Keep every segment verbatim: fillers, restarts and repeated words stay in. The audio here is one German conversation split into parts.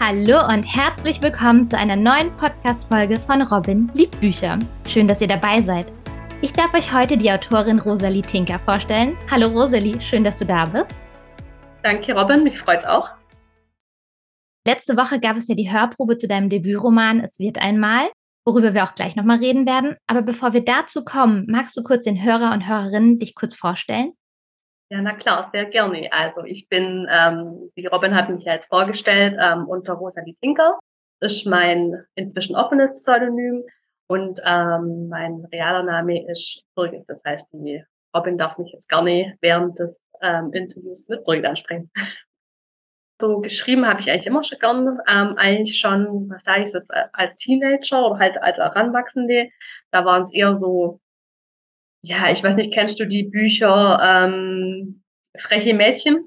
Hallo und herzlich willkommen zu einer neuen Podcast-Folge von Robin liebt Bücher. Schön, dass ihr dabei seid. Ich darf euch heute die Autorin Rosalie Tinker vorstellen. Hallo Rosalie, schön, dass du da bist. Danke Robin, mich freut's auch. Letzte Woche gab es ja die Hörprobe zu deinem Debütroman Es wird einmal, worüber wir auch gleich nochmal reden werden. Aber bevor wir dazu kommen, magst du kurz den Hörer und Hörerinnen dich kurz vorstellen? Ja, na klar, sehr gerne. Also ich bin, ähm, wie Robin hat mich ja jetzt vorgestellt, ähm, unter Rosalie Tinker. Das ist mein inzwischen offenes Pseudonym und ähm, mein realer Name ist Birgit. Das heißt, die Robin darf mich jetzt gerne während des ähm, Interviews mit Birgit ansprechen. So geschrieben habe ich eigentlich immer schon gern, ähm, eigentlich schon, was sage ich so, als Teenager oder halt als Heranwachsende. Da waren es eher so, ja, ich weiß nicht, kennst du die Bücher ähm, Freche Mädchen?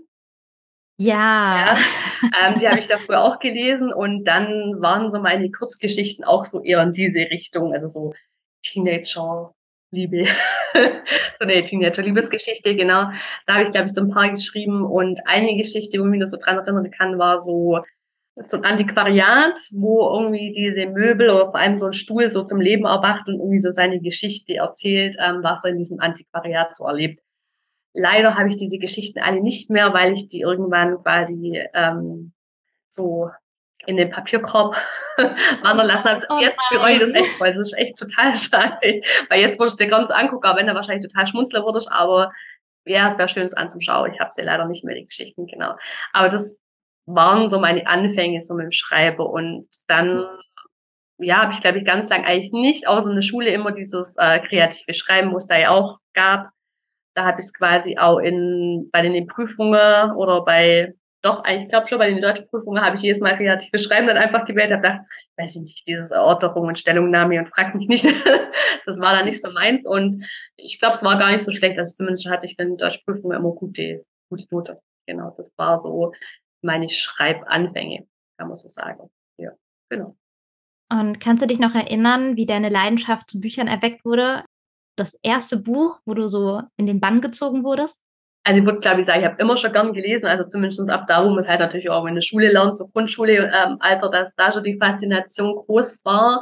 Ja. Ja, ähm, die habe ich da früher auch gelesen und dann waren so meine Kurzgeschichten auch so eher in diese Richtung, also so Teenager-Liebe, so eine Teenager-Liebesgeschichte, genau. Da habe ich, glaube ich, so ein paar geschrieben und eine Geschichte, wo ich mich noch so dran erinnern kann, war so so ein Antiquariat, wo irgendwie diese Möbel oder vor allem so ein Stuhl so zum Leben erwacht und irgendwie so seine Geschichte erzählt, ähm, was er in diesem Antiquariat so erlebt. Leider habe ich diese Geschichten alle nicht mehr, weil ich die irgendwann quasi ähm, so in den Papierkorb wandern lassen habe. Oh Jetzt bereue ich das nein. echt, weil das ist echt total schade. Weil jetzt würdest du dir ganz angucken, auch wenn du wahrscheinlich total schmunzeln würdest, aber ja, es wäre schön, es anzuschauen. Ich habe sie leider nicht mehr, die Geschichten, genau. Aber das waren so meine Anfänge so mit dem Schreiben und dann ja, habe ich, glaube ich, ganz lang eigentlich nicht, außer in der Schule immer dieses äh, kreative Schreiben, wo es da ja auch gab. Da habe ich es quasi auch in bei den Prüfungen oder bei doch, ich glaube schon bei den Deutschprüfungen habe ich jedes Mal kreatives Schreiben dann einfach gewählt, habe gedacht, weiß ich nicht, dieses Erörterung und Stellungnahme und frag mich nicht. Das war dann nicht so meins und ich glaube, es war gar nicht so schlecht. Also zumindest hatte ich dann in Deutschprüfungen immer gute, gute Note. Genau, das war so meine Schreibanfänge, kann man so sagen. Ja, genau. Und kannst du dich noch erinnern, wie deine Leidenschaft zu Büchern erweckt wurde? Das erste Buch, wo du so in den Bann gezogen wurdest? Also ich würde, glaube ich, sagen, ich habe immer schon gern gelesen, also zumindest ab da, wo man es halt natürlich auch in der Schule lernt, so Grundschule, ähm, Alter, dass da schon die Faszination groß war.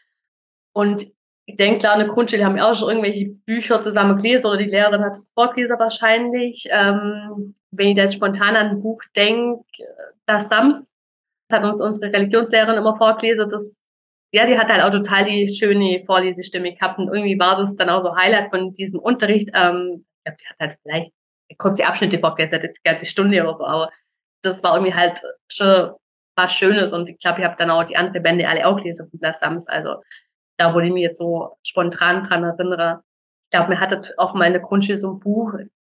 Und ich denke, klar, in der Grundschule haben wir auch schon irgendwelche Bücher zusammen gelesen oder die Lehrerin hat es vorgelesen wahrscheinlich. Ähm, wenn ich jetzt spontan an ein Buch denke, das Sams, das hat uns unsere Religionslehrerin immer vorgelesen, das ja, die hat halt auch total die schöne Vorlesestimme gehabt und irgendwie war das dann auch so Highlight von diesem Unterricht. Ähm, ich glaube, die hat halt vielleicht kurze Abschnitte vorgelesen, jetzt die ganze Stunde oder so, aber das war irgendwie halt schon was Schönes und ich glaube, ich habe dann auch die anderen Bände alle auch gelesen von Blas Sams, also da, wo ich mich jetzt so spontan dran erinnere. Ich glaube, mir hatte auch mal in der Grundschule so ein Buch,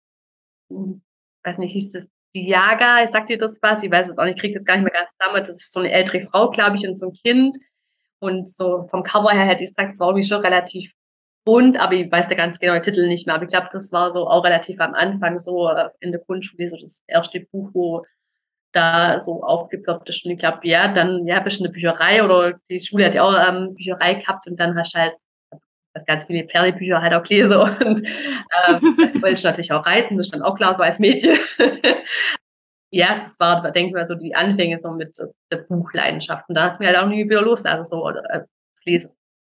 hm, weiß nicht, hieß das Die Jager, sagt dir das was? Ich weiß es auch nicht, ich kriege das gar nicht mehr ganz zusammen. Das ist so eine ältere Frau, glaube ich, und so ein Kind. Und so vom Cover her hätte ich gesagt, es war irgendwie schon relativ bunt, aber ich weiß ja ganz genau den Titel nicht mehr. Aber ich glaube, das war so auch relativ am Anfang so äh, in der Grundschule, so das erste Buch, wo da so aufgeploppt ist. Und ich glaube, ja, dann ja, bist du in der Bücherei oder die Schule hat ja auch ähm, Bücherei gehabt und dann hast du halt ganz viele Pferdebücher halt auch gelesen und ähm, wollte ich natürlich auch reiten, das ist dann auch klar, so als Mädchen. Ja, das war, denke ich mal, so die Anfänge so mit so der Buchleidenschaft. Und da hat mir halt auch nie wieder loslassen, so oder äh, das Lesen.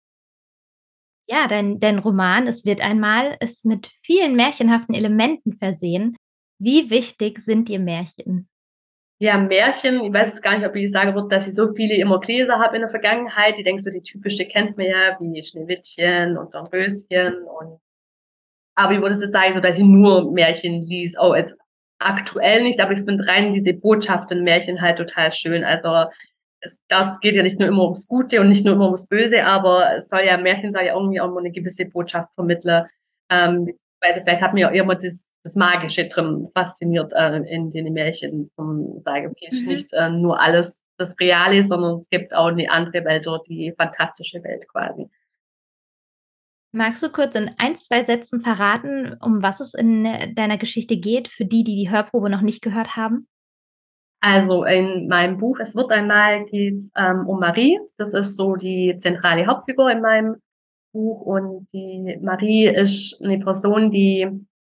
Ja, dein, dein Roman Es wird einmal ist mit vielen märchenhaften Elementen versehen. Wie wichtig sind dir Märchen? Ja, Märchen, ich weiß jetzt gar nicht, ob ich sagen würde, dass ich so viele immer gelesen habe in der Vergangenheit. Ich denke, so die typische kennt man ja, wie Schneewittchen und Dornröschen und aber ich würde jetzt sagen, so dass ich nur Märchen lies, auch jetzt aktuell nicht, aber ich finde rein diese Botschaft in Märchen halt total schön. Also es das geht ja nicht nur immer ums Gute und nicht nur immer ums Böse, aber es soll ja Märchen soll ja irgendwie auch mal eine gewisse Botschaft vermitteln. Ähm, beziehungsweise vielleicht hat mir auch immer das, das Magische drin fasziniert äh, in den Märchen, zum sagen, okay, es ist Mhm. nicht äh, nur alles das Reale, sondern es gibt auch eine andere Welt oder die fantastische Welt quasi. Magst du kurz in ein, zwei Sätzen verraten, um was es in äh, deiner Geschichte geht, für die, die die Hörprobe noch nicht gehört haben? Also in meinem Buch Es wird einmal geht ähm, um Marie. Das ist so die zentrale Hauptfigur in meinem Buch und die Marie ist eine Person, die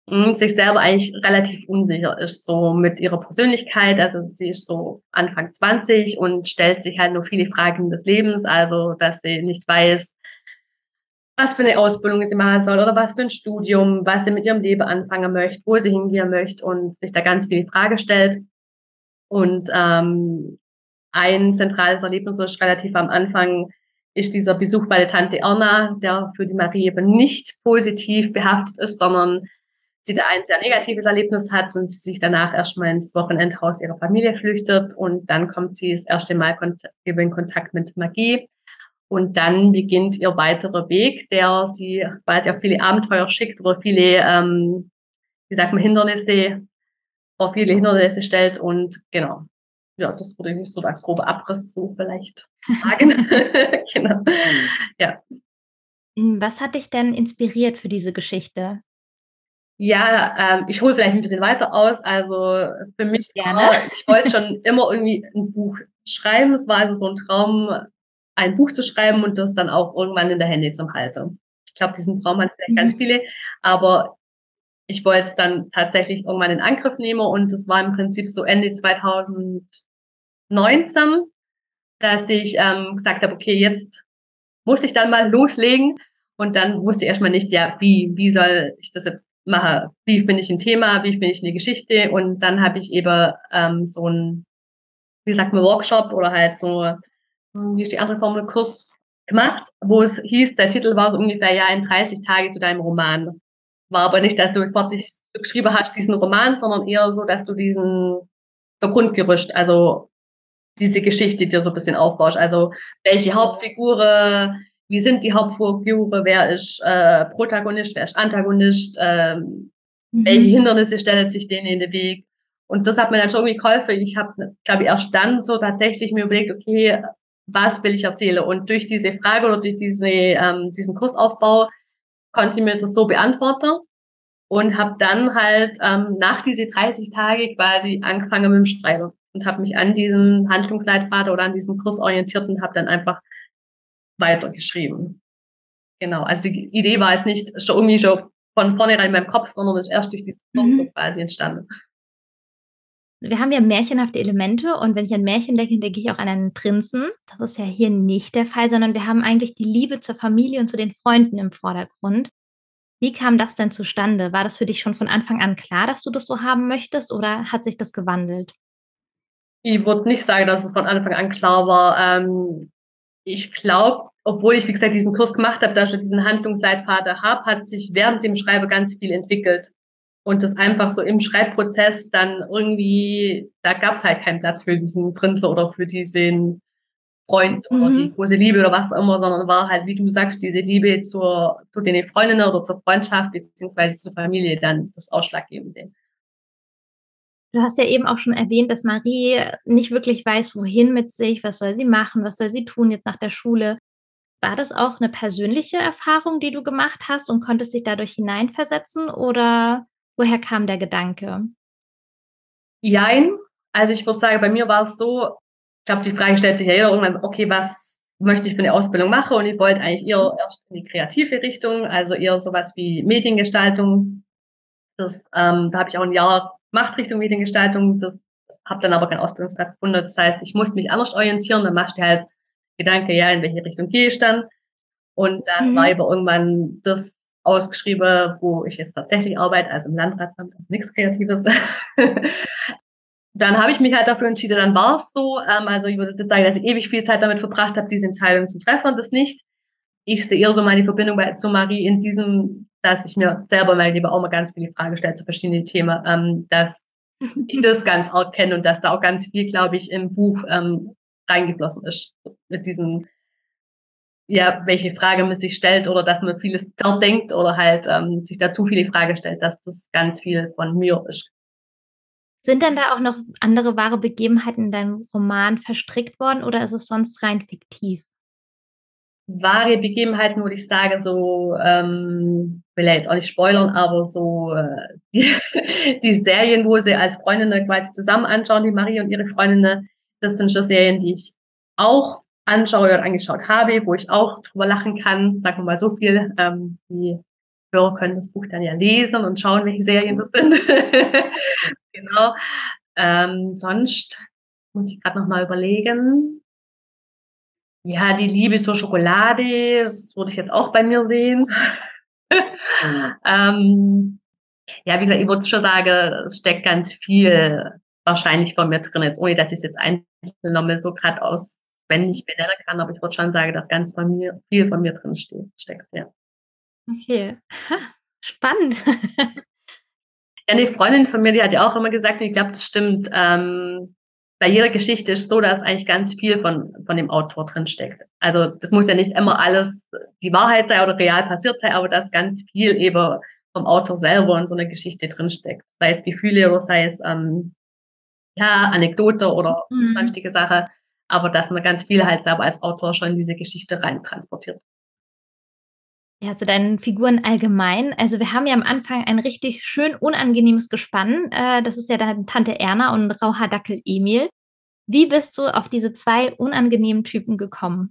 Mhm, sich selber eigentlich relativ unsicher ist, so mit ihrer Persönlichkeit. Also sie ist so Anfang zwanzig und stellt sich halt nur viele Fragen des Lebens, also dass sie nicht weiß, was für eine Ausbildung sie machen soll oder was für ein Studium, was sie mit ihrem Leben anfangen möchte, wo sie hingehen möchte und sich da ganz viele Fragen stellt. Und ähm, ein zentrales Erlebnis ist relativ am Anfang, ist dieser Besuch bei der Tante Erna, der für die Marie eben nicht positiv behaftet ist, sondern sie da ein sehr negatives Erlebnis hat und sie sich danach erstmal ins Wochenendhaus ihrer Familie flüchtet und dann kommt sie das erste Mal eben in Kontakt mit Magie und dann beginnt ihr weiterer Weg, der sie quasi auf viele Abenteuer schickt oder viele, ähm, wie sagt man, Hindernisse, auf viele Hindernisse stellt und genau. Ja, das würde ich so als grober Abriss so vielleicht sagen. Genau. Ja. Was hat dich denn inspiriert für diese Geschichte? Ja, ähm, ich hole vielleicht ein bisschen weiter aus. Also für mich Gerne. war, ich wollte schon immer irgendwie ein Buch schreiben. Es war also so ein Traum, ein Buch zu schreiben und das dann auch irgendwann in der Hände zum Halten. Ich glaube, diesen Traum hatten vielleicht ganz Mhm. viele, aber ich wollte es dann tatsächlich irgendwann in Angriff nehmen und es war im Prinzip so Ende zweitausendneunzehn, dass ich ähm, gesagt habe, okay, jetzt muss ich dann mal loslegen und dann wusste ich erstmal nicht, ja, wie, wie soll ich das jetzt machen? Wie finde ich ein Thema? Wie finde ich eine Geschichte? Und dann habe ich eben ähm, so ein, wie sagt man, Workshop oder halt so, hm, wie ist die andere Formel, Kurs gemacht, wo es hieß, der Titel war so ungefähr, ja, in dreißig Tage zu deinem Roman. War aber nicht, dass du es fertig geschrieben hast, diesen Roman, sondern eher so, dass du diesen, so Grundgerüst, also diese Geschichte dir so ein bisschen aufbaust. Also welche Hauptfiguren, wie sind die Hauptfiguren, wer ist äh, Protagonist, wer ist Antagonist, ähm, welche Mhm. Hindernisse stellen sich denen in den Weg. Und das hat mir dann schon irgendwie geholfen. Ich habe, glaube ich, erst dann so tatsächlich mir überlegt, okay, was will ich erzählen? Und durch diese Frage oder durch diese, ähm, diesen Kursaufbau konnte ich mir das so beantworten und habe dann halt ähm, nach diese dreißig Tage quasi angefangen mit dem Schreiben und habe mich an diesem Handlungsleitfaden oder an diesem Kurs orientiert und habe dann einfach weitergeschrieben. Genau, also die Idee war jetzt nicht schon irgendwie schon von vornherein in meinem Kopf, sondern ist erst durch diesen Kurs so Mhm. quasi entstanden. Wir haben ja märchenhafte Elemente und wenn ich an Märchen denke, denke ich auch an einen Prinzen. Das ist ja hier nicht der Fall, sondern wir haben eigentlich die Liebe zur Familie und zu den Freunden im Vordergrund. Wie kam das denn zustande? War das für dich schon von Anfang an klar, dass du das so haben möchtest oder hat sich das gewandelt? Ich würde nicht sagen, dass es von Anfang an klar war. Ähm, ich glaube, obwohl ich, wie gesagt, diesen Kurs gemacht habe, da ich diesen Handlungsleitfaden habe, hat sich während dem Schreiben ganz viel entwickelt. Und das einfach so im Schreibprozess dann irgendwie, da gab es halt keinen Platz für diesen Prinzen oder für diesen Freund oder die Mhm. große Liebe oder was auch immer, sondern war halt, wie du sagst, diese Liebe zur, zu den Freundinnen oder zur Freundschaft beziehungsweise zur Familie dann das Ausschlaggebende. Du hast ja eben auch schon erwähnt, dass Marie nicht wirklich weiß, wohin mit sich, was soll sie machen, was soll sie tun jetzt nach der Schule. War das auch 'ne persönliche Erfahrung, die du gemacht hast und konntest dich dadurch hineinversetzen oder woher kam der Gedanke? Jein. Also ich würde sagen, bei mir war es so, ich glaube, die Frage stellt sich ja jeder irgendwann, okay, was möchte ich für eine Ausbildung machen? Und ich wollte eigentlich eher erst in die kreative Richtung, also eher sowas wie Mediengestaltung. Das, ähm, da habe ich auch ein Jahr gemacht Richtung Mediengestaltung. Das habe dann aber keinen Ausbildungsplatz gefunden. Das heißt, ich musste mich anders orientieren. Dann machst du halt Gedanke, ja, in welche Richtung gehe ich dann? Und dann war Mhm. aber irgendwann das ausgeschrieben, wo ich jetzt tatsächlich arbeite, also im Landratsamt, nichts Kreatives. Dann habe ich mich halt dafür entschieden, dann war es so. Ähm, also ich würde jetzt sagen, dass ich ewig viel Zeit damit verbracht habe, diese Entscheidung zu treffen und das nicht. Ich sehe eher so meine Verbindung bei, zu Marie in diesem, dass ich mir selber mal lieber auch mal ganz viele Fragen stelle zu verschiedenen Themen, ähm, dass ich das ganz arg kenne und dass da auch ganz viel, glaube ich, im Buch ähm, reingeflossen ist. Mit diesem, ja, welche Frage man sich stellt oder dass man vieles zerdenkt oder halt ähm, sich dazu viele Fragen stellt, dass das ganz viel von mir ist. Sind denn da auch noch andere wahre Begebenheiten in deinem Roman verstrickt worden oder ist es sonst rein fiktiv? Wahre Begebenheiten würde ich sagen, so, ähm, will ja jetzt auch nicht spoilern, aber so äh, die, die Serien, wo sie als Freundinnen quasi zusammen anschauen, die Marie und ihre Freundinnen, das sind schon Serien, die ich auch anschaue oder angeschaut habe, wo ich auch drüber lachen kann, sagen wir mal so viel, ähm, wie Hörer können das Buch dann ja lesen und schauen, welche Serien das sind. Genau. Ähm, sonst muss ich grad noch mal überlegen. Ja, die Liebe zur Schokolade, das würde ich jetzt auch bei mir sehen. Ähm, ja, wie gesagt, ich würde schon sagen, es steckt ganz viel wahrscheinlich von mir drin, jetzt ohne dass ich's jetzt einzeln noch mal so grad auswendig benennen kann, aber ich würde schon sagen, dass ganz von mir viel von mir drin steht steckt, ja. Okay. Spannend. Ja, 'ne Freundin von mir, die hat ja auch immer gesagt, und ich glaube, das stimmt, ähm, bei jeder Geschichte ist so, dass eigentlich ganz viel von von dem Autor drinsteckt. Also, das muss ja nicht immer alles die Wahrheit sein oder real passiert sein, aber dass ganz viel eben vom Autor selber in so 'ner Geschichte drinsteckt. Sei es Gefühle oder sei es, ähm, ja, Anekdote oder Mhm. sonstige Sache, aber dass man ganz viel halt selber als Autor schon in diese Geschichte rein transportiert. Ja, zu deinen Figuren allgemein. Also, wir haben ja am Anfang ein richtig schön unangenehmes Gespann. Äh, das ist ja dann Tante Erna und Raucherdackel Emil. Wie bist du auf diese zwei unangenehmen Typen gekommen?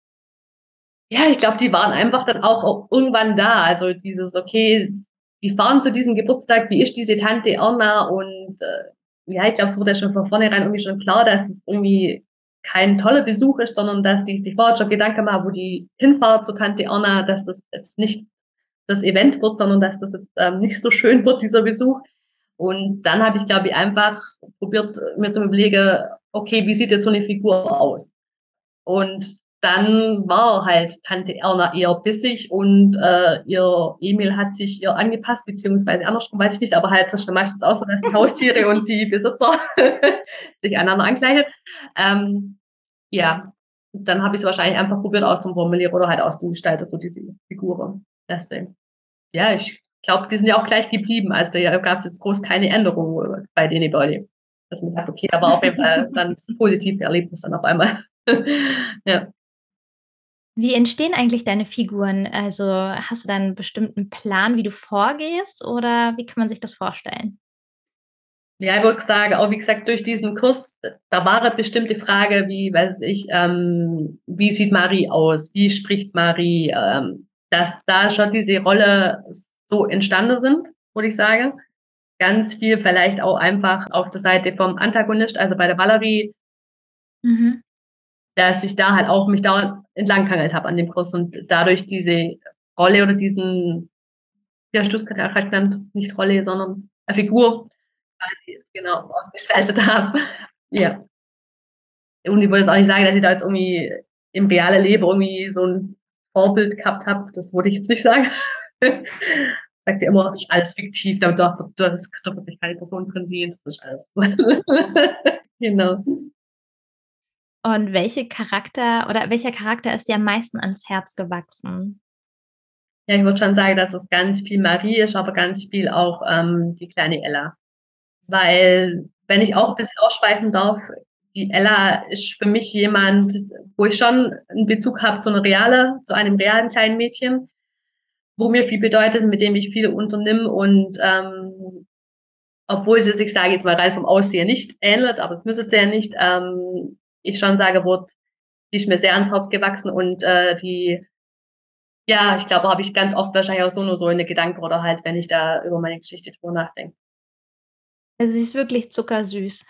Ja, ich glaube, die waren einfach dann auch auch irgendwann da. Also, dieses okay, s die fahren zu diesem Geburtstag, wie ist diese Tante Erna und, äh, ja, ich glaube, es wurde ja schon von vornherein irgendwie schon klar, dass es irgendwie kein toller Besuch ist, sondern dass die sich vorher schon Gedanken machen, wo die hinfahren zur Tante Erna, dass das jetzt nicht das Event wird, sondern dass das jetzt, ähm, nicht so schön wird, dieser Besuch. Und dann habe ich, glaube ich, einfach probiert, mir zu überlegen: „Okay, wie sieht jetzt so 'ne Figur aus?“ Und dann war halt Tante Erna eher bissig und, äh, ihr Emil hat sich ihr angepasst, beziehungsweise andersrum, weiß ich nicht, aber halt das ist ja meistens auch so, dass die Haustiere und die Besitzer sich einander angleichen. Ähm, ja, dann habe ich's wahrscheinlich einfach probiert auszuformulieren oder halt auszugestalten, so diese Figuren. Das sind ja, ich glaube, die sind ja auch gleich geblieben. Also, da gab's jetzt groß keine Änderungen bei denen beiden. Dass man sagt: „Okay, da war auf jeden Fall dann das positive Erlebnis dann auf einmal.“ Ja. Wie entstehen eigentlich deine Figuren? Also, hast du da 'n bestimmten Plan, wie du vorgehst, oder wie kann man sich das vorstellen? Ja, ich würde sagen, auch wie gesagt, durch diesen Kurs, da war 'ne bestimmte Frage wie, weiß ich, ähm: „Wie sieht Marie aus? Wie spricht Marie?“ Ähm, dass da schon diese Rolle so entstanden sind, würde ich sagen. Ganz viel vielleicht auch einfach auf der Seite vom Antagonist, also bei der Valerie Mhm. dass ich da halt auch mich dauernd entlanghangelt habe an dem Kurs und dadurch diese Rolle oder diesen wie hast du's grad genannt? Nicht Rolle, sondern, äh, Figur quasi, genau, ausgestaltet habe. Ja. Und ich wollte jetzt auch nicht sagen, dass ich da jetzt irgendwie im realen Leben irgendwie so 'n Vorbild gehabt habe. Das würde ich jetzt nicht sagen. Sage dir immer, das ist alles fiktiv, da darf da dürfen sich keine Person drin sehen, das ist alles genau. Und welche Charakter oder welcher Charakter ist dir am meisten ans Herz gewachsen? Ja, ich würde schon sagen, dass es ganz viel Marie ist, aber ganz viel auch, ähm, die kleine Ella. Weil, wenn ich auch 'n bisschen ausschweifen darf, die Ella ist für mich jemand, wo ich schon 'n Bezug habe zu 'ner reale zu einem realen kleinen Mädchen, wo mir viel bedeutet, mit dem ich viel unternehme und, ähm, obwohl sie sich, sage ich jetzt mal, rein vom Aussehen nicht ähnelt, aber das müsste sie ja nicht, ähm, ich schon sagen würde, die ist mir sehr ans Herz gewachsen und, äh, die ja, ich glaube, habe ich ganz oft wahrscheinlich auch so nur so in den Gedanken oder halt, wenn ich da über meine Geschichte drüber nachdenke. Also, sie ist wirklich zuckersüß.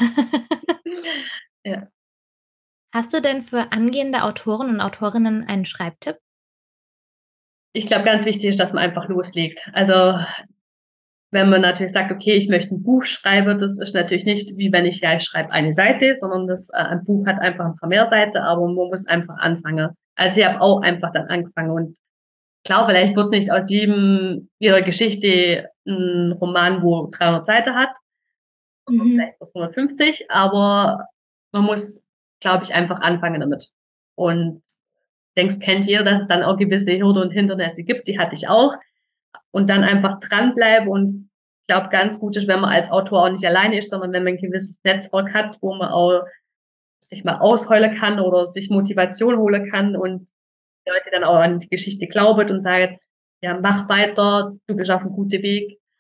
Ja. Hast du denn für angehende Autoren und Autorinnen einen Schreibtipp? Ich glaube, ganz wichtig ist, dass man einfach loslegt. Also, wenn man natürlich sagt: „Okay, ich möchte 'n Buch schreiben“, das ist natürlich nicht wie wenn ich ja, ich schreibe eine Seite, sondern das, äh, ein Buch hat einfach 'n paar mehr Seiten, aber man muss einfach anfangen. Also, ich habe auch einfach dann angefangen und klar, vielleicht wird nicht aus jedem jeder Geschichte 'n Roman, wo dreihundert Seiten hat oder Mhm. vielleicht bloß hundertfünfzig, aber man muss, glaube ich, einfach anfangen damit. Und denkst kennt jeder, dass es dann auch gewisse Hürden und Hindernisse gibt, die hatte ich auch. Und dann einfach dranbleiben und ich glaube, ganz gut ist, wenn man als Autor auch nicht alleine ist, sondern wenn man 'n gewisses Netzwerk hat, wo man auch sich mal ausheulen kann oder sich Motivation holen kann und die Leute dann auch an die Geschichte glauben und sagen: „Ja, mach weiter, du bist auf'm guten Weg.“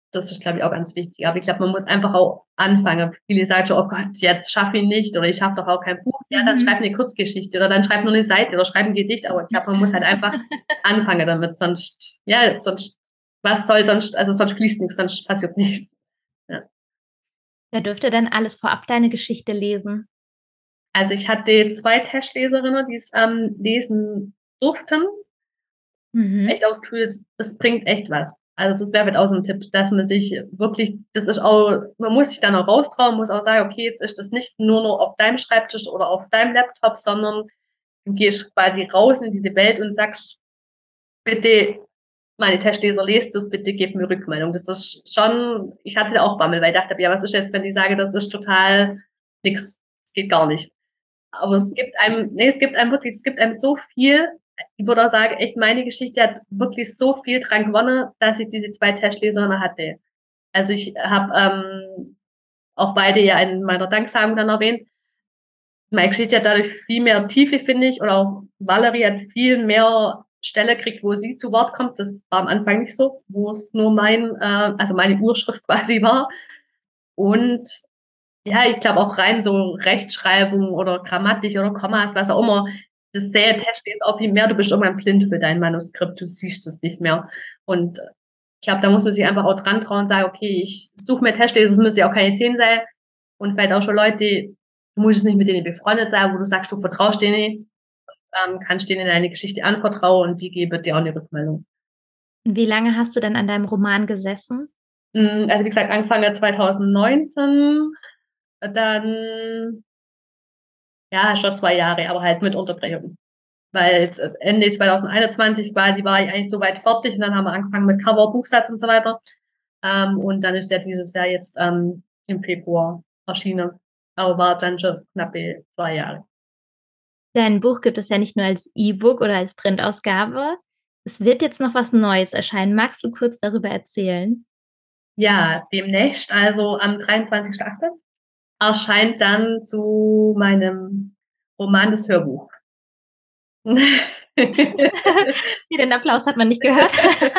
das ist, glaube ich, auch ganz wichtig. Aber ich glaube, man muss einfach auch anfangen. Viele sagen schon: „Oh Gott, jetzt schaffe ich nicht oder ich schaffe doch auch kein Buch.“ Ja, dann schreib Mhm. 'ne Kurzgeschichte oder dann schreib nur 'ne Seite oder schreib 'n Gedicht. Aber ich glaube, man muss halt einfach anfangen damit, sonst ja, sonst was soll sonst also, sonst fließt nix, sonst passiert nichts. Ja. Wer dürfte denn alles vorab deine Geschichte lesen? Also, ich hatte zwei Testleserinnen, die's, ähm, lesen durften. Mhm. Echt auch das Gefühl, das das bringt echt was. Also, das wäre halt auch so 'n Tipp, dass man sich wirklich das ist auch man muss sich dann auch raustrauen, muss auch sagen: „Okay, jetzt ist das nicht nur noch auf deinem Schreibtisch oder auf deinem Laptop, sondern du gehst quasi raus in diese Welt und sagst: ‚Bitte, meine Testleser, lest das, bitte gebt mir Rückmeldung.‘“ Das ist schon ich hatte auch Bammel, weil ich dachte: „Ja, was ist jetzt, wenn die sagen, das ist total nix, das geht gar nicht?“ Aber es gibt einem ne, es gibt einem wirklich es gibt einem so viel. Ich würde auch sagen, echt, meine Geschichte hat wirklich so viel dran gewonnen, dass ich diese zwei Testleserinnen hatte. Also, ich habe, ähm, auch beide ja in meiner Danksagung dann erwähnt. Meine Geschichte hat dadurch viel mehr Tiefe, finde ich, oder auch Valerie hat viel mehr Stelle gekriegt, wo sie zu Wort kommt. Das war am Anfang nicht so, wo es nur mein äh, also, meine Urschrift quasi war. Und ja, ich glaube auch rein so Rechtschreibung oder Grammatik oder Kommas, was auch immer, das sähe der Testleser auch viel mehr. Du bist irgendwann blind für dein Manuskript, du siehst es nicht mehr. Und ich glaube, da muss man sich einfach auch dran trauen und sagen: „Okay, ich suche mir Testleser“, es müssen ja auch keine zehn sein und vielleicht auch schon Leute du musst jetzt nicht mit denen befreundet sein, wo du sagst, du vertraust denen, ähm, kannst denen deine Geschichte anvertrauen und die geben dir auch 'ne Rückmeldung. Wie lange hast du denn an deinem Roman gesessen? Hm, also, wie gesagt, angefangen hat zweitausendneunzehn, dann ja, schon zwei Jahre, aber halt mit Unterbrechung. Weil jetzt Ende zweitausendeinundzwanzig quasi war ich eigentlich so weit fertig und dann haben wir angefangen mit Cover, Buchsatz und so weiter. Ähm, und dann ist der dieses Jahr jetzt, ähm, im Februar erschienen, aber war dann schon knappe zwei Jahre. Dein Buch gibt es ja nicht nur als E-Book oder als Printausgabe. Es wird jetzt noch was Neues erscheinen. Magst du kurz darüber erzählen? Ja, demnächst, also am dreiundzwanzigsten achte erscheint dann zu meinem Roman das Hörbuch. Ja, den Applaus hat man nicht gehört.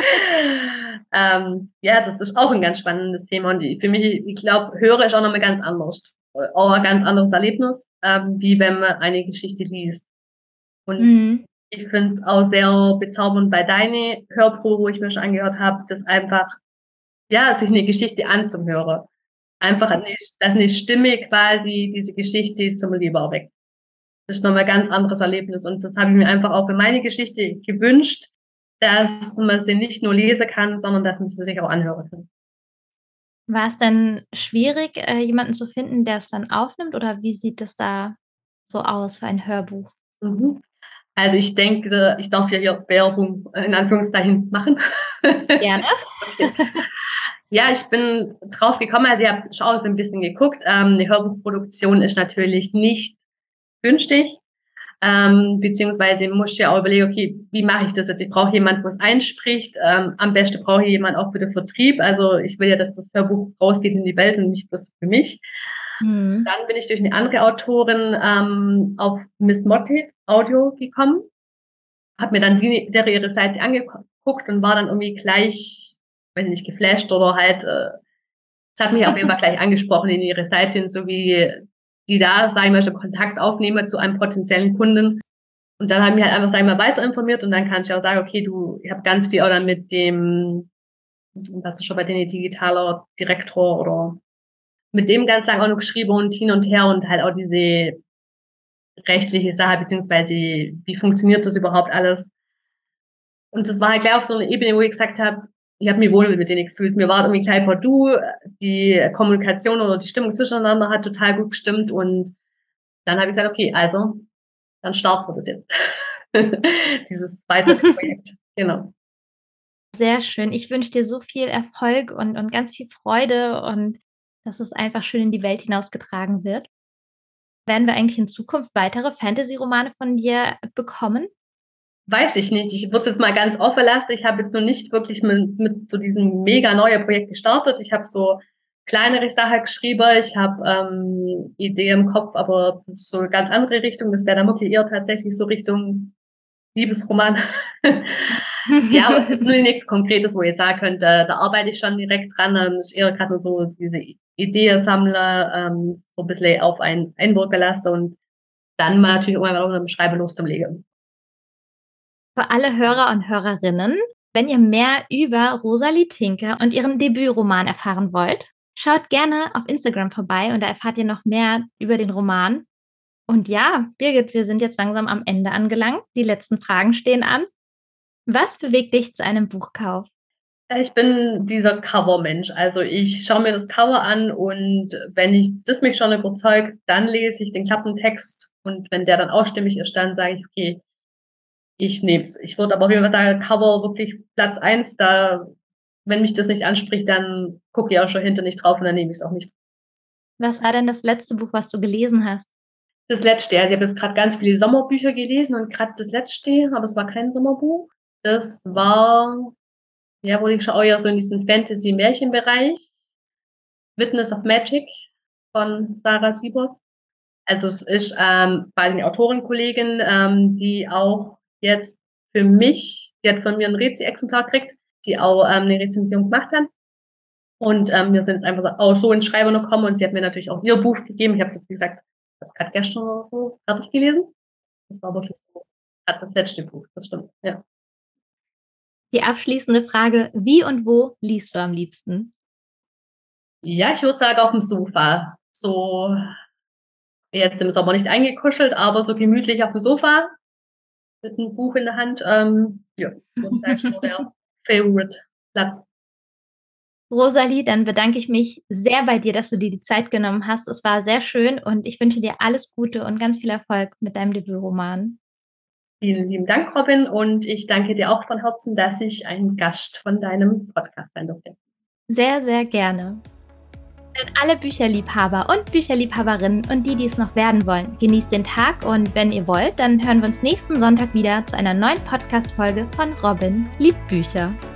Ähm, ja, das ist auch 'n ganz spannendes Thema und i für mich ich glaube, Hören ist auch noch mal ganz anders. Auch 'n ganz anderes Erlebnis, ähm, wie wenn man eine Geschichte liest. Und Mhm. ich finde es auch sehr bezaubernd bei deine Hörprobe, wo ich mir schon angehört habe, dass einfach ja, sich 'ne Geschichte anzuhören. Einfach 'ne dass 'ne Stimme quasi diese Geschichte zum Leben erweckt. Das ist noch mal ganz anderes Erlebnis und das habe ich mir einfach auch für meine Geschichte gewünscht, dass man sie nicht nur lesen kann, sondern dass man sie sich auch anhören kann. War es denn schwierig, äh, jemanden zu finden, der es dann aufnimmt oder wie sieht es da so aus für ein Hörbuch? Mhm. Also, ich denke, ich darf ja hier Werbung in Anführungszeichen machen. Gerne. Okay. Ja, ich bin drauf gekommen, also, ich habe schon auch so 'n bisschen geguckt. Ähm, 'ne Hörbuchproduktion ist natürlich nicht günstig, ähm, beziehungsweise musst du ja auch überlegen: „Okay, wie mache ich das jetzt?“ Ich brauche jemand, wo's einspricht. Ähm, am besten brauche ich jemand auch für den Vertrieb. Also, ich will ja, dass das Hörbuch rausgeht in die Welt und nicht bloß für mich. Mhm. Dann bin ich durch 'ne andere Autorin, ähm, auf Miss Motti Audio gekommen, habe mir dann die der ihre Seite angeguckt und war dann irgendwie gleich, weiß ich nicht, geflasht oder halt, äh es hat mich auf jeden Fall gleich angesprochen in ihre Seite und so wie die da, sage ich mal, schon Kontakt aufnehmen zu einem potenziellen Kunden. Und dann habe ich mich halt einfach, sage ich mal, weiter informiert und dann kannst du ja auch sagen: „Okay, du“ ich habe ganz viel auch dann mit dem was ist schon bei denen digitaler Direktor oder mit dem ganz lang auch noch geschrieben und hin und her und halt auch diese rechtliche Sache beziehungsweise wie funktioniert das überhaupt alles? Und das war halt gleich auf so 'ner Ebene, wo ich gesagt habe ich habe mich wohl mit denen gefühlt. Wir waren irgendwie gleich per Du. Die Kommunikation oder die Stimmung zwischeneinander hat total gut gestimmt und dann habe ich gesagt: „Okay, also, dann starten wir das jetzt.“ Dieses weitere Projekt, genau. Sehr schön. Ich wünsche dir so viel Erfolg und und ganz viel Freude und dass es einfach schön in die Welt hinausgetragen wird. Werden wir eigentlich in Zukunft weitere Fantasy-Romane von dir bekommen? Weiß ich nicht. Ich würde es jetzt mal ganz offen lassen. Ich habe jetzt noch nicht wirklich mit mit so diesem mega neue Projekt gestartet. Ich habe so kleinere Sachen geschrieben. Ich habe, ähm, Ideen im Kopf, aber das ist so 'ne ganz andere Richtung. Das wäre dann wirklich eher tatsächlich so Richtung Liebesroman. Ja, aber es ist nur nichts Konkretes, wo ich sagen könnte, da arbeite ich schon direkt dran. Ähm, ist eher gerade nur so diese Ideen sammle, ähm, so ein bisschen auf einen einwirken lasse und dann mal natürlich irgendwann mal mit dem Schreiben loszulegen. Für alle Hörer und Hörerinnen, wenn ihr mehr über Rosalie Tinke und ihren Debütroman erfahren wollt, schaut gerne auf Instagram vorbei und da erfahrt ihr noch mehr über den Roman. Und ja, Birgit, wir sind jetzt langsam am Ende angelangt. Die letzten Fragen stehen an. Was bewegt dich zu einem Buchkauf? Ich bin dieser Cover-Mensch. Also ich schaue mir das Cover an und wenn ich das mich schon überzeugt, dann lese ich den Klappentext und wenn der dann auch stimmig ist, dann sage ich, okay, ich nehme es. Ich würde aber auf jeden Fall sagen, Cover wirklich Platz eins, da, wenn mich das nicht anspricht, dann gucke ich auch schon hinter nicht drauf und dann nehme ich es auch nicht. Was war denn das letzte Buch, was du gelesen hast? Das letzte, also ich habe jetzt gerade ganz viele Sommerbücher gelesen und gerade das letzte, aber es war kein Sommerbuch. Das war, ja, wo ich schon auch eher so in diesem Fantasy-Märchen-Bereich. Witness of Magic von Sarah Siebers. Also es ist ähm, quasi eine Autorenkollegin, ähm, die auch jetzt für mich, die hat von mir ein Rezi-Exemplar gekriegt, die auch ähm, eine Rezension gemacht hat. Und ähm, wir sind einfach auch so ins Schreiben gekommen und sie hat mir natürlich auch ihr Buch gegeben. Ich habe es jetzt, wie gesagt, gerade gestern oder so fertig gelesen. Das war wirklich so, gerade das letzte Buch, das stimmt, ja. Die abschließende Frage, wie und wo liest du am liebsten? Ja, ich würde sagen auf dem Sofa. So jetzt im Sommer nicht eingekuschelt, aber so gemütlich auf dem Sofa mit einem Buch in der Hand. Ähm, ja, das ist so der Favorite-Platz. Rosalie, dann bedanke ich mich sehr bei dir, dass du dir die Zeit genommen hast. Es war sehr schön und ich wünsche dir alles Gute und ganz viel Erfolg mit deinem Debütroman. Vielen lieben Dank, Robin, und ich danke dir auch von Herzen, dass ich ein Gast von deinem Podcast sein durfte. Sehr, sehr gerne. An alle Bücherliebhaber und Bücherliebhaberinnen und die, die es noch werden wollen, genießt den Tag und wenn ihr wollt, dann hören wir uns nächsten Sonntag wieder zu einer neuen Podcast-Folge von Robin liebt Bücher.